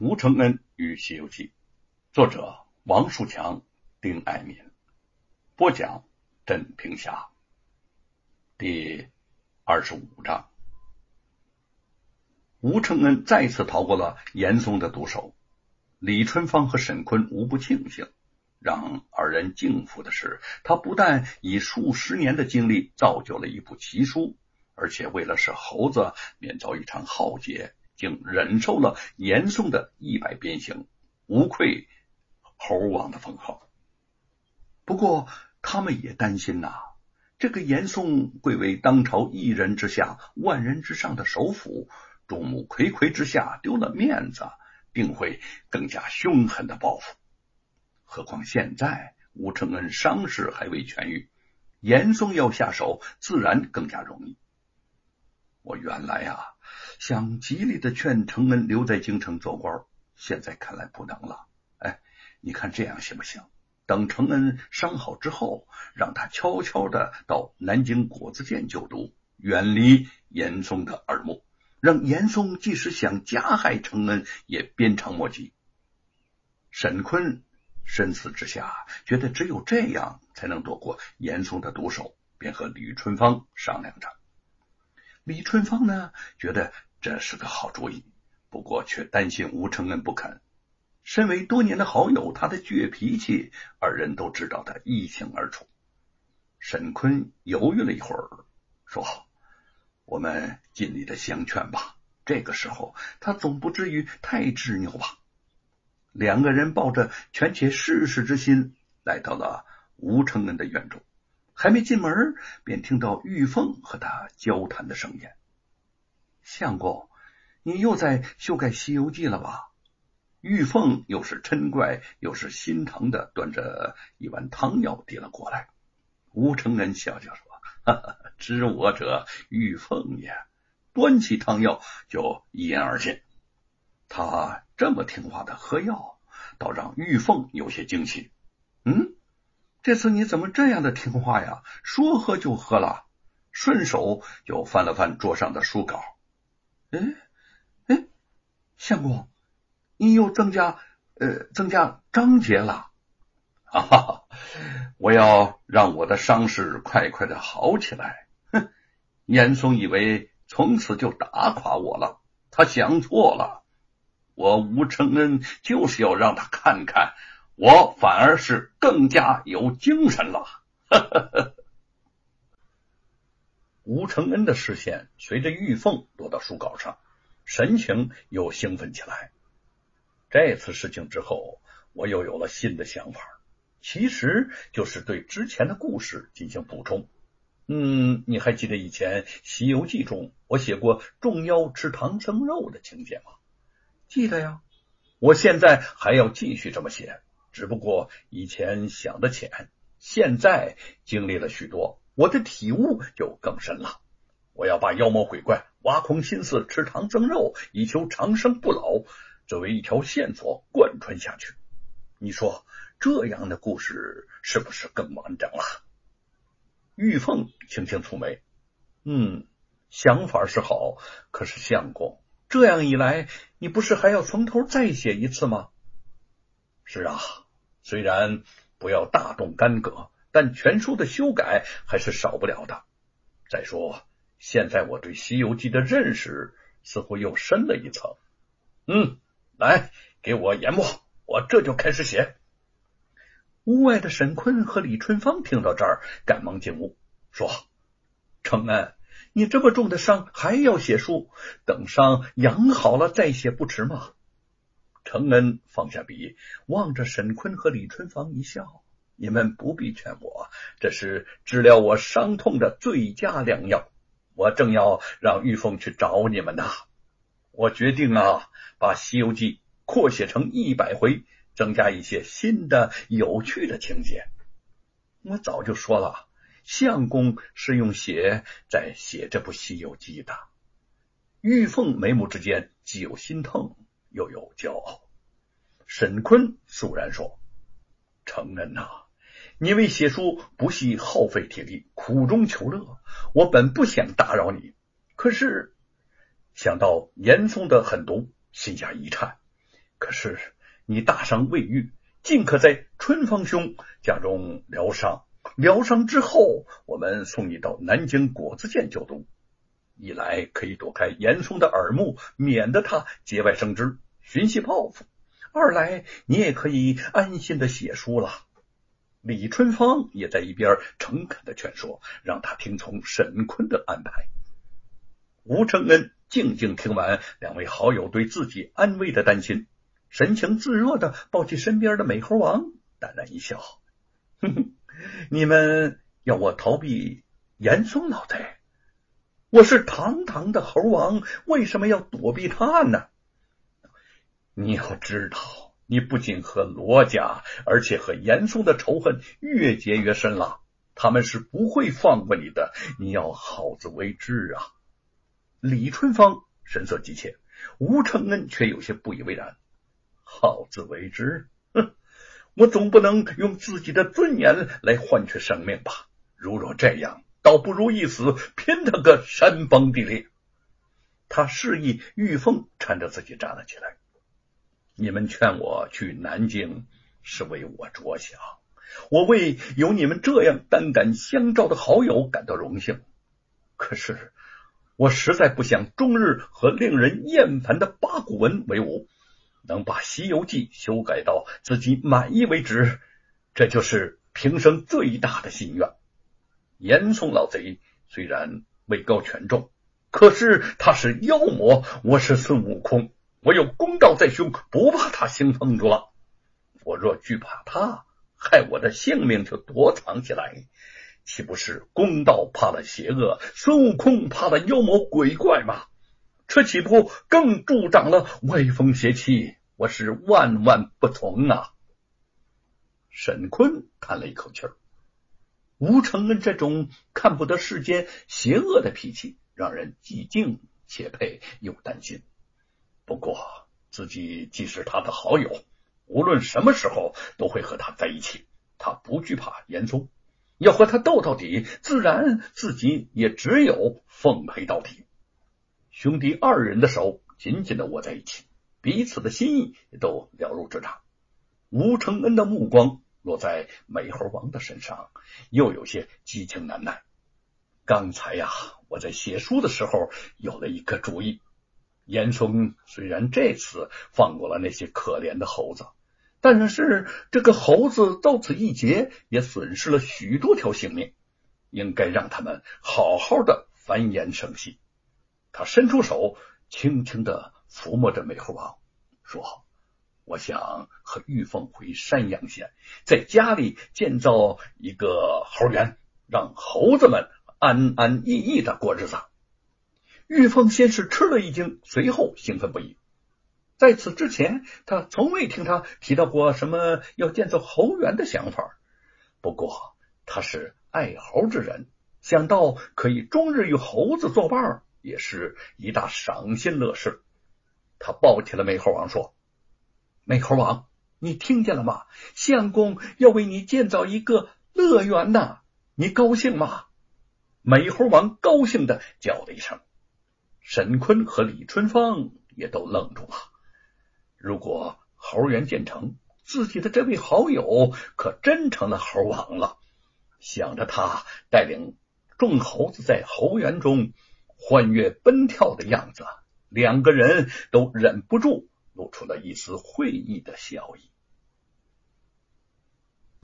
吴承恩与《西游记》，作者王树强、丁爱民，播讲镇平侠。第25章，吴承恩再次逃过了严嵩的毒手。李春芳和沈坤无不庆幸。让二人敬服的是，他不但以数十年的经历造就了一部奇书，而且为了使猴子免遭一场浩劫，竟忍受了严嵩的100鞭刑，无愧猴王的封号。不过他们也担心这个严嵩贵为当朝一人之下万人之上的首辅，众目睽睽之下丢了面子，定会更加凶狠的报复。何况现在吴承恩伤势还未痊愈，严嵩要下手自然更加容易。我原来想极力的劝承恩留在京城做官，现在看来不能了。你看这样行不行？等承恩伤好之后，让他悄悄的到南京果子监就读，远离严嵩的耳目，让严嵩即使想加害承恩也鞭长莫及。沈坤深思之下，觉得只有这样才能躲过严嵩的毒手，便和李春芳商量着。李春芳呢，觉得这是个好主意，不过却担心吴承恩不肯。身为多年的好友，他的倔脾气二人都知道的一清二楚。沈坤犹豫了一会儿，说：我们尽力的相劝吧，这个时候他总不至于太执拗吧。两个人抱着权且试试之心来到了吴承恩的院中，还没进门，便听到玉凤和他交谈的声音。相公，你又在修改《西游记》了吧？玉凤又是嗔怪又是心疼的端着一碗汤药递了过来。吴承恩笑笑说：知我者玉凤也。端起汤药就一饮而尽。他这么听话的喝药，倒让玉凤有些惊奇。这次你怎么这样的听话呀？说喝就喝了。顺手就翻了翻桌上的书稿。相公，你又增加章节了。我要让我的伤势快快的好起来。严嵩以为从此就打垮我了，他想错了。我吴承恩就是要让他看看，我反而是更加有精神了。吴承恩的视线随着玉凤落到书稿上，神情又兴奋起来。这次事情之后，我又有了新的想法，其实就是对之前的故事进行补充。你还记得以前《西游记》中我写过众妖吃唐僧肉的情节吗？记得呀。我现在还要继续这么写，只不过以前想的浅，现在经历了许多，我的体悟就更深了。我要把妖魔鬼怪挖空心思吃唐僧肉，以求长生不老，作为一条线索贯穿下去。你说这样的故事是不是更完整了？玉凤轻轻蹙眉。想法是好，可是相公，这样一来，你不是还要从头再写一次吗？是啊，虽然不要大动干戈，但全书的修改还是少不了的。再说，现在我对《西游记》的认识似乎又深了一层。来，给我研墨，我这就开始写。屋外的沈坤和李春芳听到这儿，赶忙进屋，说：承恩，你这么重的伤还要写书，等伤养好了再写不迟吗？承恩放下笔，望着沈坤和李春芳一笑：你们不必劝我，这是治疗我伤痛的最佳良药。我正要让玉凤去找你们呢。我决定把《西游记》扩写成100回，增加一些新的有趣的情节。我早就说了，相公是用血在写这部《西游记》的。玉凤眉目之间既有心疼又有骄傲。沈坤肃然说：承恩你为写书不惜耗费体力，苦中求乐，我本不想打扰你，可是想到严嵩的狠毒，心下一颤， 是你大伤未愈，尽可在春芳兄家中疗伤，疗伤之后，我们送你到南京果子监就读。一来可以躲开严嵩的耳目，免得他节外生枝，寻衅报复；二来你也可以安心的写书了。李春芳也在一边诚恳的劝说，让他听从沈坤的安排。吴承恩静静听完两位好友对自己安危的担心，神情自若的抱起身边的美猴王，淡然一笑：哼哼，你们要我逃避严嵩老贼？我是堂堂的猴王，为什么要躲避他呢？你要知道，你不仅和罗家，而且和严嵩的仇恨越结越深了，他们是不会放过你的，你要好自为之啊。李春芳神色急切，吴承恩却有些不以为然。好自为之？哼，我总不能用自己的尊严来换取生命吧？如若这样，倒不如一死，拼他个山崩地裂。他示意玉凤搀着自己站了起来。你们劝我去南京，是为我着想，我为有你们这样胆敢相照的好友感到荣幸。可是我实在不想终日和令人厌烦的八股文为伍，能把《西游记》修改到自己满意为止，这就是平生最大的心愿。严嵩老贼虽然位高权重，可是他是妖魔，我是孙悟空，我有公道在胸，不怕他兴风作浪。我若惧怕他，害我的性命就躲藏起来，岂不是公道怕了邪恶，孙悟空怕了妖魔鬼怪吗？这岂不更助长了歪风邪气？我是万万不从啊！沈坤叹了一口气儿。吴承恩这种看不得世间邪恶的脾气，让人既敬且佩又担心。不过自己既是他的好友，无论什么时候都会和他在一起，他不惧怕严嵩，要和他斗到底，自然自己也只有奉陪到底。兄弟二人的手紧紧地握在一起，彼此的心意也都了如指掌。吴承恩的目光落在美猴王的身上，又有些激情难耐。刚才呀，我在写书的时候有了一个主意。严嵩虽然这次放过了那些可怜的猴子，但是这个猴子到此一劫，也损失了许多条性命，应该让他们好好的繁衍生息。他伸出手，轻轻的抚摸着美猴王，说：我想和玉凤回山阳县，在家里建造一个猴园，让猴子们安安逸逸的过日子。玉凤先是吃了一惊，随后兴奋不已。在此之前，他从未听他提到过什么要建造猴园的想法。不过他是爱猴之人，想到可以终日与猴子作伴，也是一大赏心乐事。他抱起了美猴王说：美猴王，你听见了吗？相公要为你建造一个乐园呐，你高兴吗？美猴王高兴的叫了一声。沈坤和李春芳也都愣住了。如果猴园建成，自己的这位好友可真成了猴王了。想着他带领众猴子在猴园中欢悦奔跳的样子，两个人都忍不住露出了一丝会意的笑意。